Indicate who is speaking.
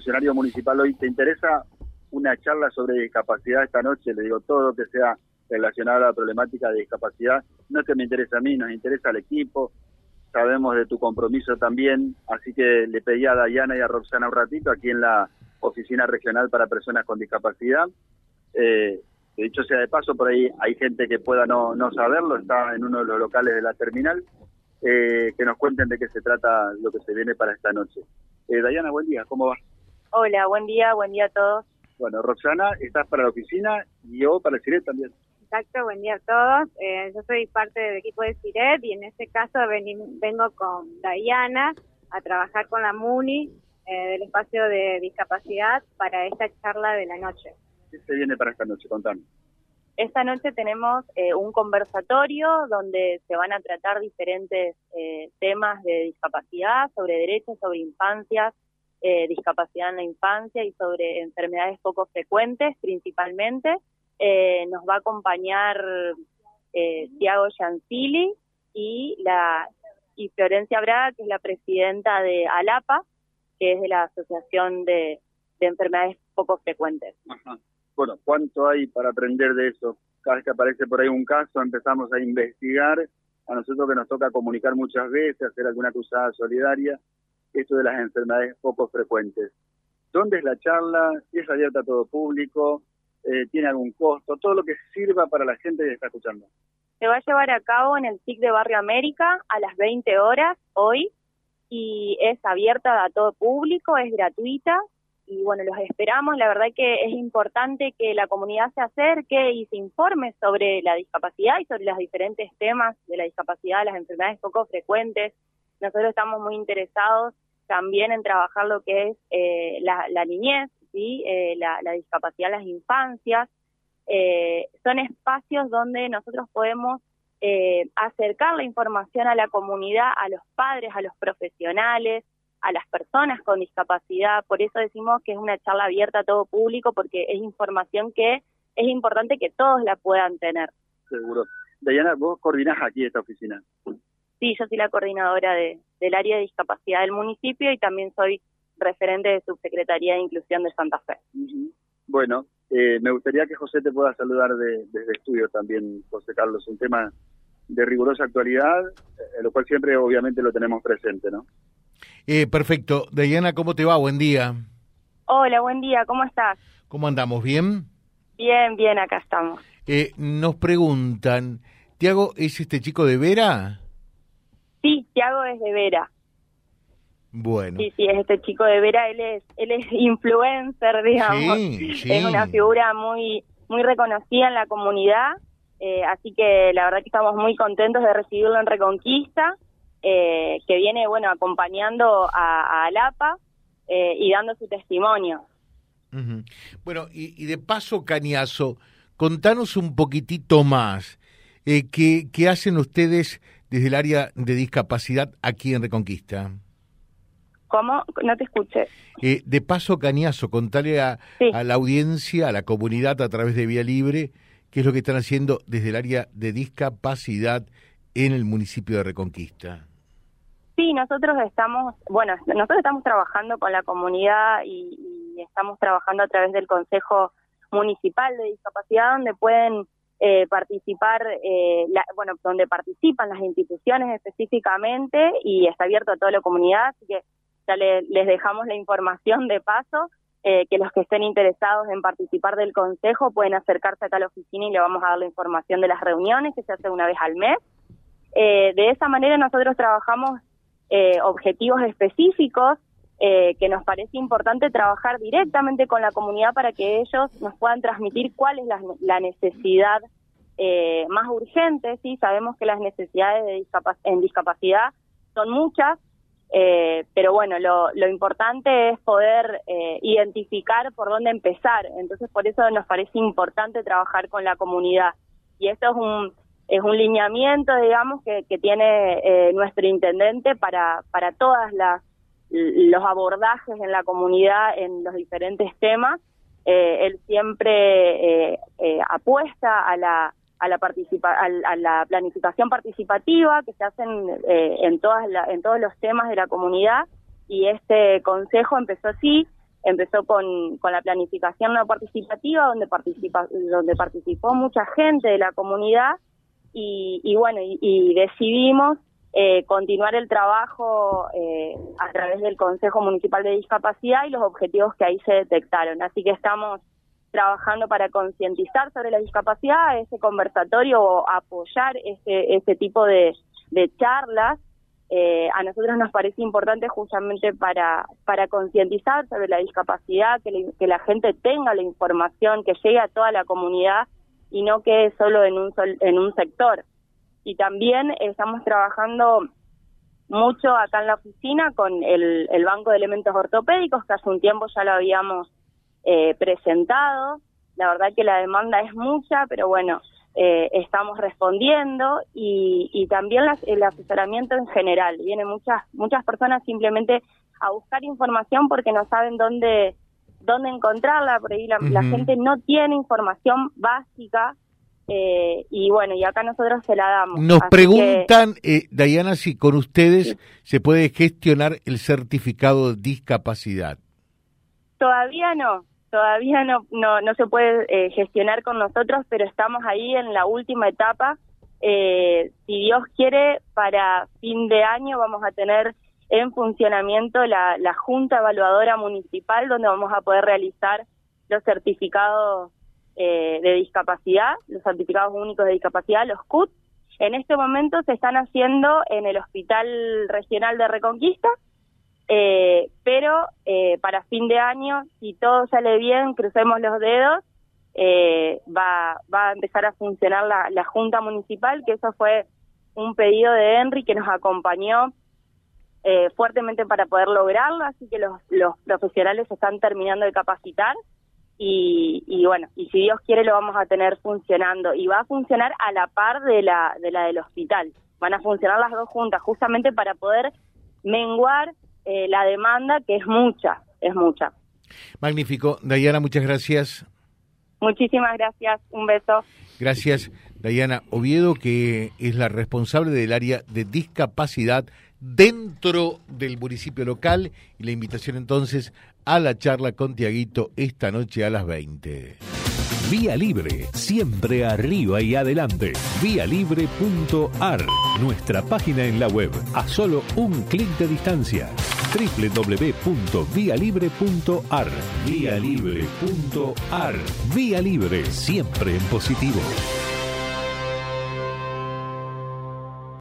Speaker 1: funcionario municipal hoy. ¿Te interesa una charla sobre discapacidad esta noche? Le digo, todo lo que sea relacionado a la problemática de discapacidad. No es que me interesa a mí, nos interesa al equipo. Sabemos de tu compromiso también, así que le pedí a Dayana y a Roxana un ratito aquí en la Oficina Regional para Personas con Discapacidad. De dicho sea de paso, por ahí hay gente que pueda no saberlo, está en uno de los locales de la terminal, que nos cuenten de qué se trata lo que se viene para esta noche. Dayana, buen día, ¿cómo vas?
Speaker 2: Hola, buen día a todos.
Speaker 1: Bueno, Roxana, estás para la oficina y yo para el CIRET también.
Speaker 2: Exacto, buen día a todos. Yo soy parte del equipo de CIRET y en este caso vengo con Dayana a trabajar con la MUNI del espacio de discapacidad para esta charla de la noche.
Speaker 1: ¿Qué se viene para esta noche? Contame.
Speaker 2: Esta noche tenemos un conversatorio donde se van a tratar diferentes temas de discapacidad, sobre derechos, sobre infancias, discapacidad en la infancia y sobre enfermedades poco frecuentes principalmente. Nos va a acompañar Tiago Giancilli y Florencia Braga, que es la presidenta de ALAPA, que es de la Asociación de Enfermedades Poco Frecuentes.
Speaker 1: Ajá. Bueno, ¿cuánto hay para aprender de eso? Cada vez que aparece por ahí un caso empezamos a investigar. A nosotros que nos toca comunicar muchas veces, hacer alguna cruzada solidaria, esto de las enfermedades poco frecuentes. ¿Dónde es la charla? ¿Es abierta a todo público? ¿Tiene algún costo? Todo lo que sirva para la gente que está escuchando.
Speaker 2: Se va a llevar a cabo en el SIC de Barrio América a las 20 horas hoy y es abierta a todo público, es gratuita y bueno, los esperamos. La verdad que es importante que la comunidad se acerque y se informe sobre la discapacidad y sobre los diferentes temas de la discapacidad, las enfermedades poco frecuentes. Nosotros estamos muy interesados también en trabajar lo que es la niñez, ¿sí? La discapacidad en las infancias. Son espacios donde nosotros podemos acercar la información a la comunidad, a los padres, a los profesionales, a las personas con discapacidad. Por eso decimos que es una charla abierta a todo público, porque es información que es importante que todos la puedan tener.
Speaker 1: Seguro. Dayana, vos coordinás aquí esta oficina.
Speaker 2: Sí, yo soy la coordinadora del área de discapacidad del municipio y también soy referente de Subsecretaría de Inclusión de Santa Fe.
Speaker 1: Uh-huh. Bueno, me gustaría que José te pueda saludar desde estudio también, José Carlos, un tema de rigurosa actualidad, lo cual siempre obviamente lo tenemos presente, ¿no?
Speaker 3: Perfecto. Dayana, ¿cómo te va? Buen día.
Speaker 2: Hola, buen día, ¿cómo estás?
Speaker 3: ¿Cómo andamos? ¿Bien?
Speaker 2: Bien, acá estamos.
Speaker 3: Nos preguntan, ¿Tiago es este chico de Vera?
Speaker 2: Sí, Tiago es de Vera.
Speaker 3: Bueno.
Speaker 2: Sí, es este chico de Vera, él es influencer, digamos.
Speaker 3: Sí.
Speaker 2: Es una figura muy reconocida en la comunidad, así que la verdad que estamos muy contentos de recibirlo en Reconquista, que viene, bueno, acompañando a ALAPA y dando su testimonio.
Speaker 3: Uh-huh. Bueno, y de paso, Cañazo, contanos un poquitito más, ¿qué hacen ustedes desde el área de discapacidad aquí en Reconquista?
Speaker 2: ¿Cómo? No te escuché.
Speaker 3: De paso, Cañazo, contale a la audiencia, a la comunidad a través de Vía Libre, qué es lo que están haciendo desde el área de discapacidad en el municipio de Reconquista.
Speaker 2: Sí, nosotros estamos trabajando con la comunidad y estamos trabajando a través del Consejo Municipal de Discapacidad, donde pueden participar, donde participan las instituciones específicamente y está abierto a toda la comunidad, así que ya les dejamos la información de paso, que los que estén interesados en participar del consejo pueden acercarse acá a la oficina y le vamos a dar la información de las reuniones que se hace una vez al mes. De esa manera nosotros trabajamos objetivos específicos que nos parece importante trabajar directamente con la comunidad para que ellos nos puedan transmitir cuál es la necesidad más urgente. Sí, sabemos que las necesidades en discapacidad son muchas, pero bueno, lo importante es poder identificar por dónde empezar. Entonces, por eso nos parece importante trabajar con la comunidad. Y esto es un lineamiento, digamos, que tiene nuestro intendente para todas los abordajes en la comunidad en los diferentes temas. Él siempre apuesta a la planificación participativa que se hacen en todos los temas de la comunidad, y este consejo empezó así. empezó con la planificación no participativa, donde participó mucha gente de la comunidad, y bueno, y decidimos continuar el trabajo a través del Consejo Municipal de Discapacidad y los objetivos que ahí se detectaron. Así que estamos trabajando para concientizar sobre la discapacidad, ese conversatorio, o apoyar ese tipo de charlas. A nosotros nos parece importante justamente para concientizar sobre la discapacidad, que la gente tenga la información, que llegue a toda la comunidad y no quede solo en un sector. Y también estamos trabajando mucho acá en la oficina con el Banco de Elementos Ortopédicos, que hace un tiempo ya lo habíamos presentado. La verdad que la demanda es mucha, pero bueno, estamos respondiendo, y también el asesoramiento en general. Vienen muchas personas simplemente a buscar información porque no saben dónde encontrarla, por ahí la gente no tiene información básica, y bueno, y acá nosotros se la damos.
Speaker 3: Nos preguntan, Dayana, si con ustedes se puede gestionar el certificado de discapacidad.
Speaker 2: Todavía no se puede gestionar con nosotros, pero estamos ahí en la última etapa. Si Dios quiere, para fin de año vamos a tener en funcionamiento la Junta Evaluadora Municipal, donde vamos a poder realizar los certificados de discapacidad, los certificados únicos de discapacidad, los CUT. En este momento se están haciendo en el Hospital Regional de Reconquista, pero para fin de año, si todo sale bien, crucemos los dedos, va a empezar a funcionar la Junta Municipal, que eso fue un pedido de Henry, que nos acompañó fuertemente para poder lograrlo, así que los profesionales se están terminando de capacitar, y bueno, y si Dios quiere lo vamos a tener funcionando, y va a funcionar a la par de la del hospital. Van a funcionar las dos juntas, justamente para poder menguar la demanda, que es mucha.
Speaker 3: Magnífico. Dayana, muchas gracias.
Speaker 2: Muchísimas gracias, un beso.
Speaker 3: Gracias, Dayana Oviedo, que es la responsable del área de discapacidad dentro del municipio local, y la invitación entonces a la charla con Tiaguito esta noche a las 20.
Speaker 4: Vía Libre, siempre arriba y adelante. Vialibre.ar, nuestra página en la web, a solo un clic de distancia. www.vialibre.ar. Vialibre.ar. Vía Libre, siempre en positivo.